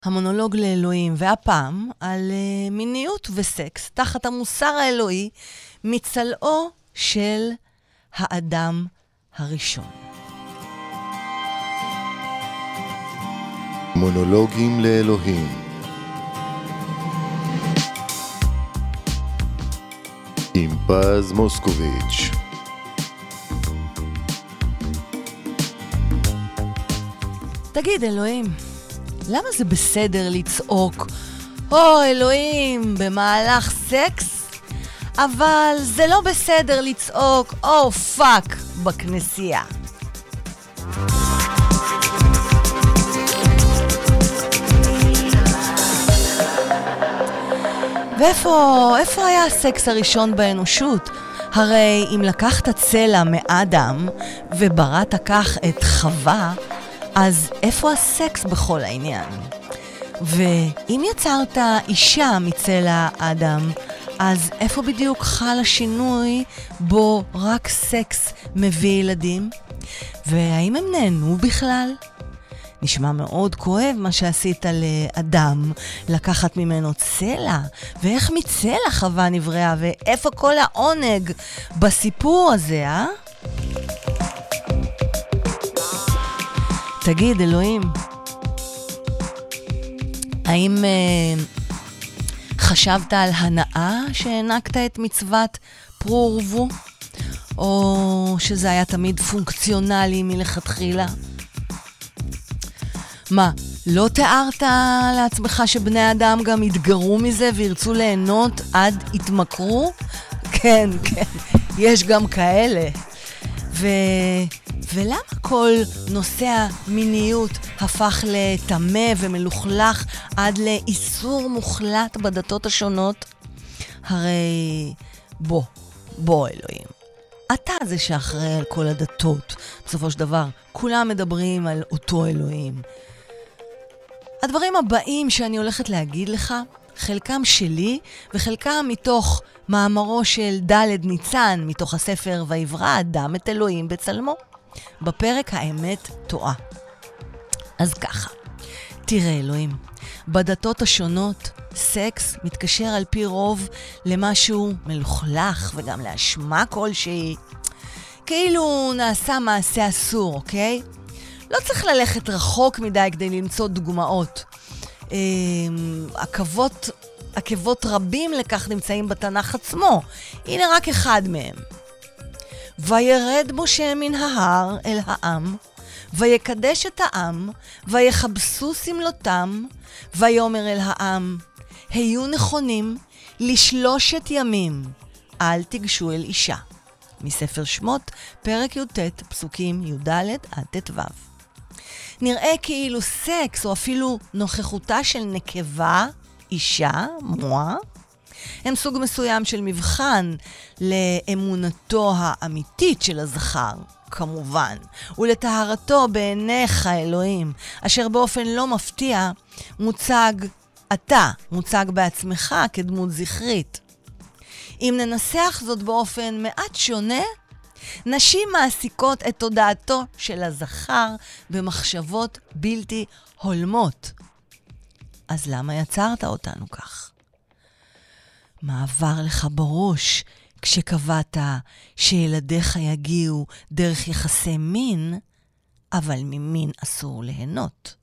המונולוג לאלוהים, והפעם על מיניות וסקס תחת המוסר האלוהי מצלעו של האדם הראשון. מונולוגים לאלוהים עם פז מוסקוביץ'. תגיד אלוהים, למה זה בסדר לצעוק "או אלוהים" במהלך סקס, אבל זה לא בסדר לצעוק "או פאק" בכנסייה? ואיפה היה הסקס הראשון באנושות? הרי אם לקחת צלע מאדם ובראת כך את חווה, אז איפה הסקס בכל העניין? ואם יצרת אישה מצלע אדם, אז איפה בדיוק חל השינוי בו רק סקס מביא ילדים? והאם הם נהנו בכלל? נשמע מאוד כואב מה שעשית לאדם, לקחת ממנו צלע, ואיך מצלע חווה נבראה, ואיפה כל העונג בסיפור הזה, אה? תגיד אלוהים, האם חשבת על הנאה שהענקת את מצוות פרו ורבו? או שזה היה תמיד פונקציונלי מלכתחילה? מה, לא תיארת לעצמך שבני אדם גם יתגרו מזה וירצו ליהנות עד יתמכרו? כן, יש גם כאלה. ולמה כל נושא המיניות הפך לטמא ומלוכלך עד לאיסור מוחלט בדתות השונות? הרי בוא אלוהים, אתה זה שאחראי על כל הדתות. בסופו של דבר, כולם מדברים על אותו אלוהים. הדברים הבאים שאני הולכת להגיד לך, חלקם שלי וחלקם מתוך מאמרו של ד' ניצן, מתוך הספר ויברא אדם את אלוהים בצלמו, בפרק האמת טועה. אז ככה, תראה אלוהים, בדתות השונות סקס מתקשר על פי רוב למשהו מלוכלך וגם לאשמה כלשהי, כאילו נעשה מעשה אסור, אוקיי? לא צריך ללכת רחוק מדי כדי למצוא דוגמאות. עקבות רבים לכך נמצאים בתנ"ך עצמו. הנה רק אחד מהם. וירד משה מן ההר אל העם, ויקדש את העם, ויחבסו סמלותם, ויאמר אל העם, היו נכונים ל3 ימים, אל תיגשו אל אישה. מספר שמות, פרק י"ט, פסוקים י"ד עד ט"ו. נראה כאילו סקס, או אפילו נוכחותה של נקבה, אישה, מואה, הם סוג מסוים של מבחן לאמונתו האמיתית של הזכר, כמובן, ולטהרתו בעיניך אלוהים, אשר באופן לא מפתיע מוצג בעצמך כדמות זכרית. אם ננסח זאת באופן מעט שונה, נשים מעסיקות את תודעתו של הזכר במחשבות בלתי הולמות. אז למה יצרת אותנו כך? מה עבר לך בראש כשקבעת שילדיך יגיעו דרך יחסי מין, אבל ממין אסור ליהנות?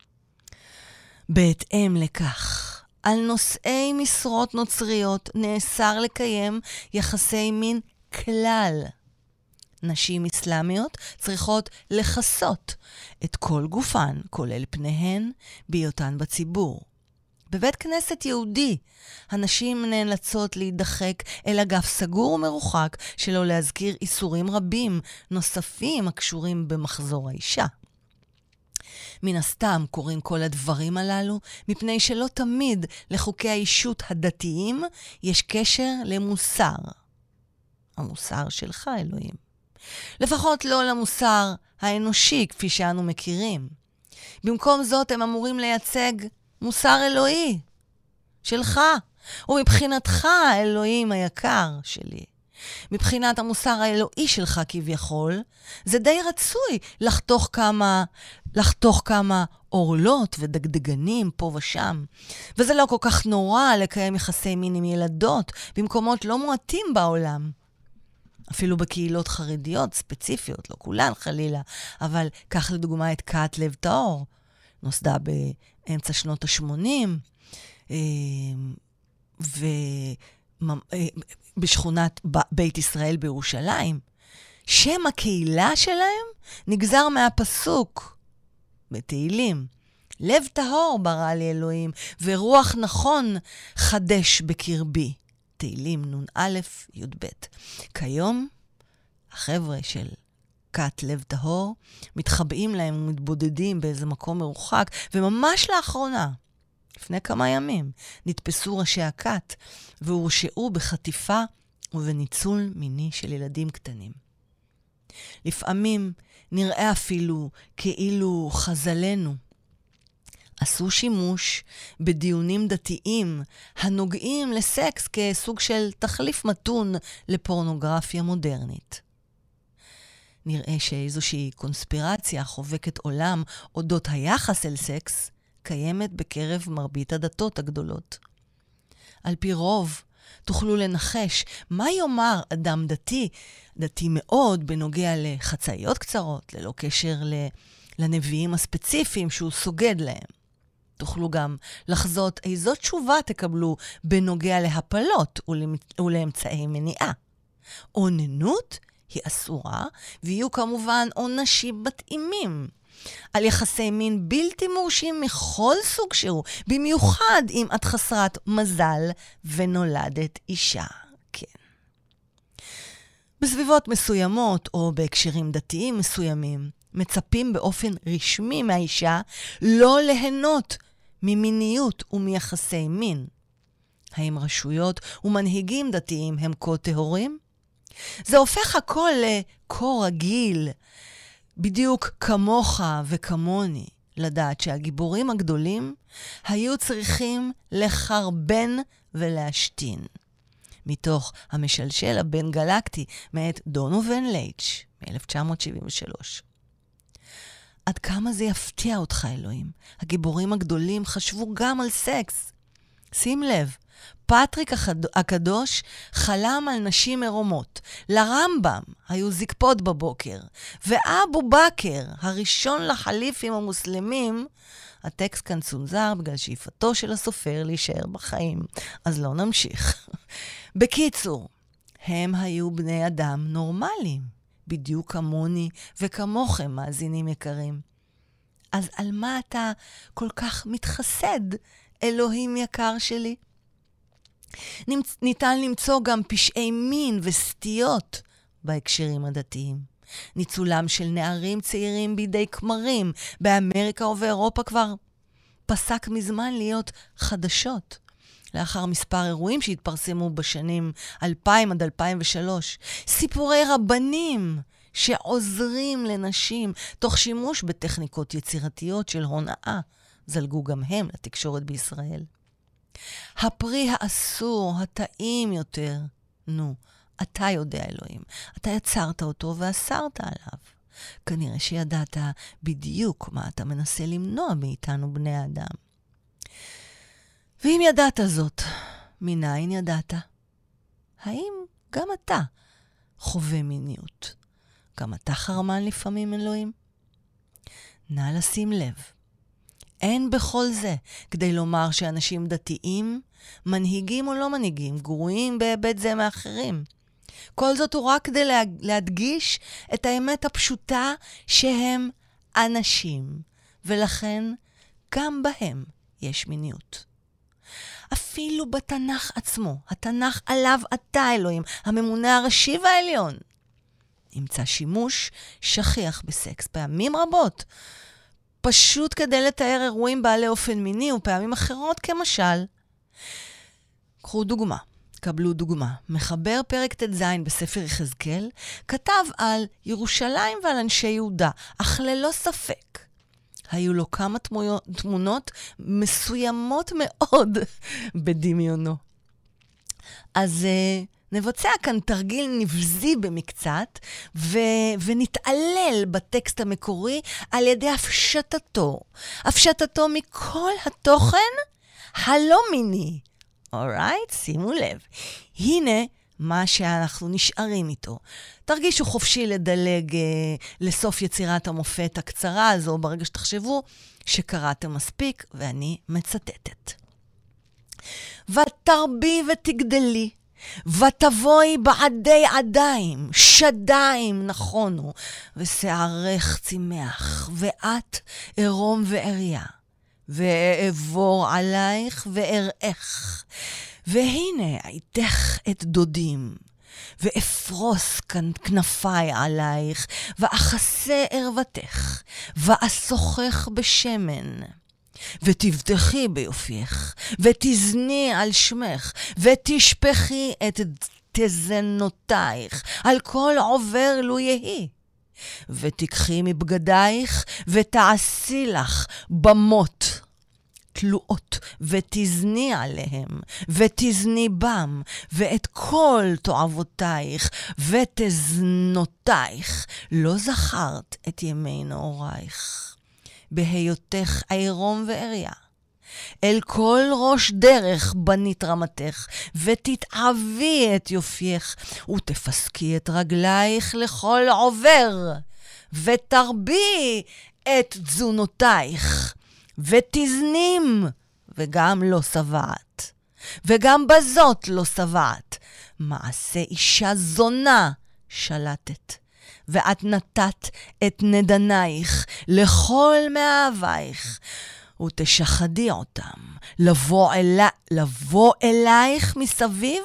בהתאם לכך, על נושאי משרות נוצריות נאסר לקיים יחסי מין כלל. נשים אסלאמיות צריכות לחסות את כל גופן, כולל פניהן, בהיותן בציבור. בבית כנסת יהודי, הנשים נאלצות להידחק אל אגף סגור ומרוחק, שלא להזכיר איסורים רבים נוספים הקשורים במחזור האישה. מן הסתם קוראים כל הדברים הללו, מפני שלא תמיד לחוקי האישות הדתיים יש קשר למוסר. המוסר שלך, אלוהים. לפחות לא למוסר האנושי כפי שאנו מכירים. במקום זאת הם אמורים לייצג מוסר אלוהי שלך, ומבחינתך אלוהים היקר שלי. מבחינת המוסר האלוהי שלך כביכול, זה די רצוי לחתוך כמה אורלות ודגדגנים פה ושם. וזה לא כל כך נורא לקיים יחסי מין עם ילדות במקומות לא מועטים בעולם. אפילו בקהילות חרדיות ספציפיות, לא כולן חלילה, אבל קח לדוגמה את קהת לב טהור, נוסדה באמצע שנות ה-80, בשכונת בית ישראל בירושלים. שם הקהילה שלהם נגזר מהפסוק בתהילים. לב טהור ברא לי אלוהים, ורוח נכון חדש בקרבי. תהילים נ"א י"ב. כיום, החבר'ה של כת לב טהור מתחבאים להם ומתבודדים באיזה מקום מרוחק, וממש לאחרונה, לפני כמה ימים, נתפסו ראשי הכת והורשעו בחטיפה ובניצול מיני של ילדים קטנים. לפעמים נראה אפילו כאילו חז"לינו עשו שימוש בדיונים דתיים הנוגעים לסקס כסוג של תחליף מתון לפורנוגרפיה מודרנית. נראה שאיזושהי קונספירציה חובקת עולם אודות היחס אל סקס קיימת בקרב מרבית הדתות הגדולות. על פי רוב, תוכלו לנחש מה יאמר אדם דתי מאוד בנוגע לחצאיות קצרות, ללא קשר לנביאים הספציפיים שהוא סוגד להם. תוכלו גם לחזות איזו תשובה תקבלו בנוגע להפלות ולאמצעי מניעה. אוננות היא אסורה, ויהיו כמובן עונשים מתאימים. על יחסי מין בלתי מורשים מכל סוג שהוא, במיוחד אם את חסרת מזל ונולדת אישה. כן. בסביבות מסוימות או בהקשרים דתיים מסוימים, מצפים באופן רשמי מהאישה לא ליהנות ממיניות ומיחסי מין. האם רשויות ומנהיגים דתיים הם כה טהורים? זה הופך הכל לכה רגיל, בדיוק כמוך וכמוני, לדעת שהגיבורים הגדולים היו צריכים לחרבן ולהשתין. מתוך המשלשל הבין גלקטי מאת דונובן לייץ' מ-1973. עד כמה זה יפתיע אותך, אלוהים? הגיבורים הגדולים חשבו גם על סקס. שים לב, פטריק הקדוש חלם על נשים עירומות. לרמב"ם היו זקפות בבוקר. ואבו בכר, הראשון לחליף עם המוסלמים, הטקסט כאן צונזר בגלל שאיפתו של הסופר להישאר בחיים. אז לא נמשיך. בקיצור, הם היו בני אדם נורמליים. בדיוק כמוני וכמוכם, מאזינים יקרים. אז על מה אתה כל כך מתחסד, אלוהים יקר שלי? ניתן למצוא גם פשעי מין וסטיות בהקשרים הדתיים. ניצולם של נערים צעירים בידי כמרים באמריקה ובאירופה כבר פסק מזמן להיות חדשות. לאחר מספר אירועים שהתפרסמו בשנים 2000 עד 2003, סיפורי רבנים שעוזרים לנשים תוך שימוש בטכניקות יצירתיות של הונאה, זלגו גם הם לתקשורת בישראל. הפרי האסור, הטעים יותר, אתה יודע אלוהים, אתה יצרת אותו ואסרת עליו. כנראה שידעת בדיוק מה אתה מנסה למנוע מאיתנו בני האדם. ואם ידעת זאת, מניין ידעת? האם גם אתה חווה מיניות? גם אתה חרמן לפעמים, אלוהים? נא לשים לב. אין בכל זה כדי לומר שאנשים דתיים, מנהיגים או לא מנהיגים, גרועים בהיבט זה מאחרים. כל זאת הוא רק כדי להדגיש את האמת הפשוטה שהם אנשים, ולכן גם בהם יש מיניות. אפילו בתנ"ך עצמו, התנ"ך עליו אתה אלוהים, הממונה הראשי והעליון, נמצא שימוש שכיח בסקס פעמים רבות, פשוט כדי לתאר אירועים בעלי אופן מיני ופעמים אחרות כמשל. קבלו דוגמה. מחבר פרק ט"ז בספר יחזקאל כתב על ירושלים ועל אנשי יהודה, אך ללא ספק היו לו כמה תמונות מסוימות מאוד בדמיונו. אז נבצע כאן תרגיל נבזי במקצת, ונתעלל בטקסט המקורי על ידי הפשטתו. הפשטתו מכל התוכן הלא מיני. אורייט? שימו לב. הנה מה שאנחנו נשארים איתו. תרגישו חופשי לדלג לסוף יצירת המופת הקצרה הזו, ברגע שתחשבו שקראתם מספיק, ואני מצטטת. ותרבי ותגדלי, ותבואי בעדי עדיים, שדיים נכונו, ושערך צמח, ואת ערום ועריה, ואעבור עלייך ואראך. והנה הייתך את דודים, ואפרוס כנפיי עלייך, ואחסה ערוותך, ואסוכך בשמן. ותבטחי ביופייך, ותזני על שמך, ותשפחי את תזנותייך, על כל עובר לו יהי. ותקחי מבגדייך, ותעשי לך במות תלואות, ותזני עליהם, ותזני בם, ואת כל תועבותייך, ותזנותייך, לא זכרת את ימי נעורייך. בהיותך עירום ועריה. אל כל ראש דרך בנית רמתך, ותתעבי את יופייך, ותפסקי את רגלייך לכל עובר, ותרבי את תזונותייך, ותזנים, וגם לא שבעת, וגם בזאת לא שבעת. מעשה אישה זונה שלטת. ואת נתת את נדנייך לכל מאהבייך, ותשחדי אותם, לבוא אלייך מסביב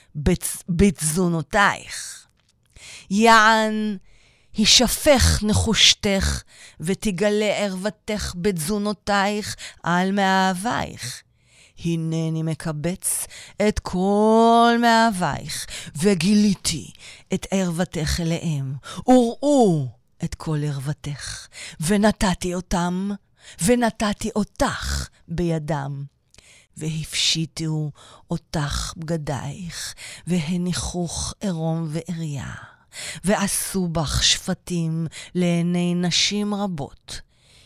בתזונותייך. יען הישפך נחושתך, ותגלה ערוותך בתזונותייך על מאהבייך. הנני מקבץ את כל מאהבייך, וגיליתי את ערוותך אליהם, וראו את כל ערוותך, ונתתי אותם, ונתתי אותך בידם. והפשיטו אותך בגדייך, והניחוך ערום ועריה, ועשו בך שפטים לעיני נשים רבות.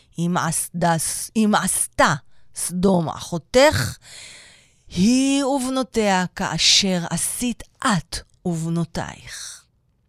אם עשתה סדום אחותך, היא ובנותיה כאשר עשית את ובנותייך.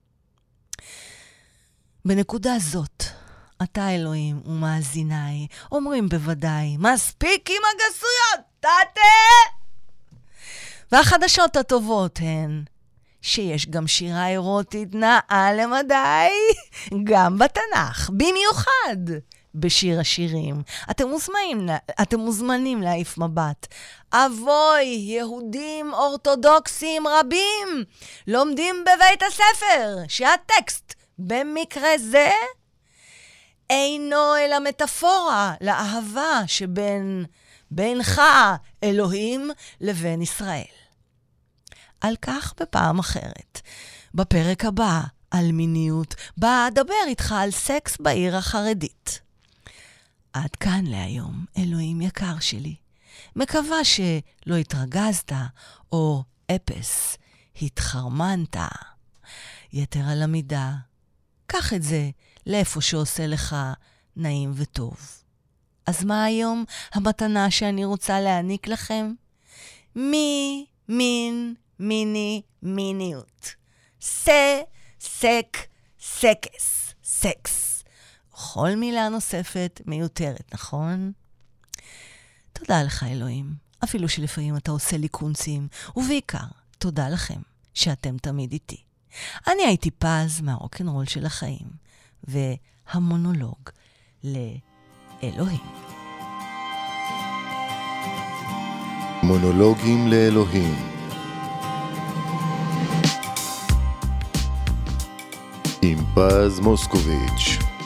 בנקודה זאת, אתה אלוהים ומאזיניי אומרים בוודאי, מספיק עם הגסויות, תתה! והחדשות הטובות הן שיש גם שירה אירוטית נאה למדי, גם בתנ"ך, במיוחד בשיר השירים. אתם מוזמנים להעיף מבט. אבוי, יהודים אורתודוקסים רבים לומדים בבית הספר שהטקסט במקרה זה אינו אלא מטאפורה לאהבה בינך אלוהים לבין ישראל. על כך בפעם אחרת. בפרק הבא על מיניות, אדבר איתך על סקס בעיר החרדית. עד כאן להיום, אלוהים יקר שלי. מקווה שלא התרגזת או אפס, התחרמנת. יתר על המידה, קח את זה לאיפה שעושה לך נעים וטוב. אז מה היום המתנה שאני רוצה להעניק לכם? מיניות. סקס. כל מילה נוספת מיותרת, נכון? תודה לך אלוהים, אפילו שלפעמים אתה עושה לי קונצים, ובעיקר תודה לכם שאתם תמיד איתי. אני הייתי פז מהרוקנרול של החיים, והמונולוג לאלוהים. מונולוגים לאלוהים עם פז מוסקוביץ'.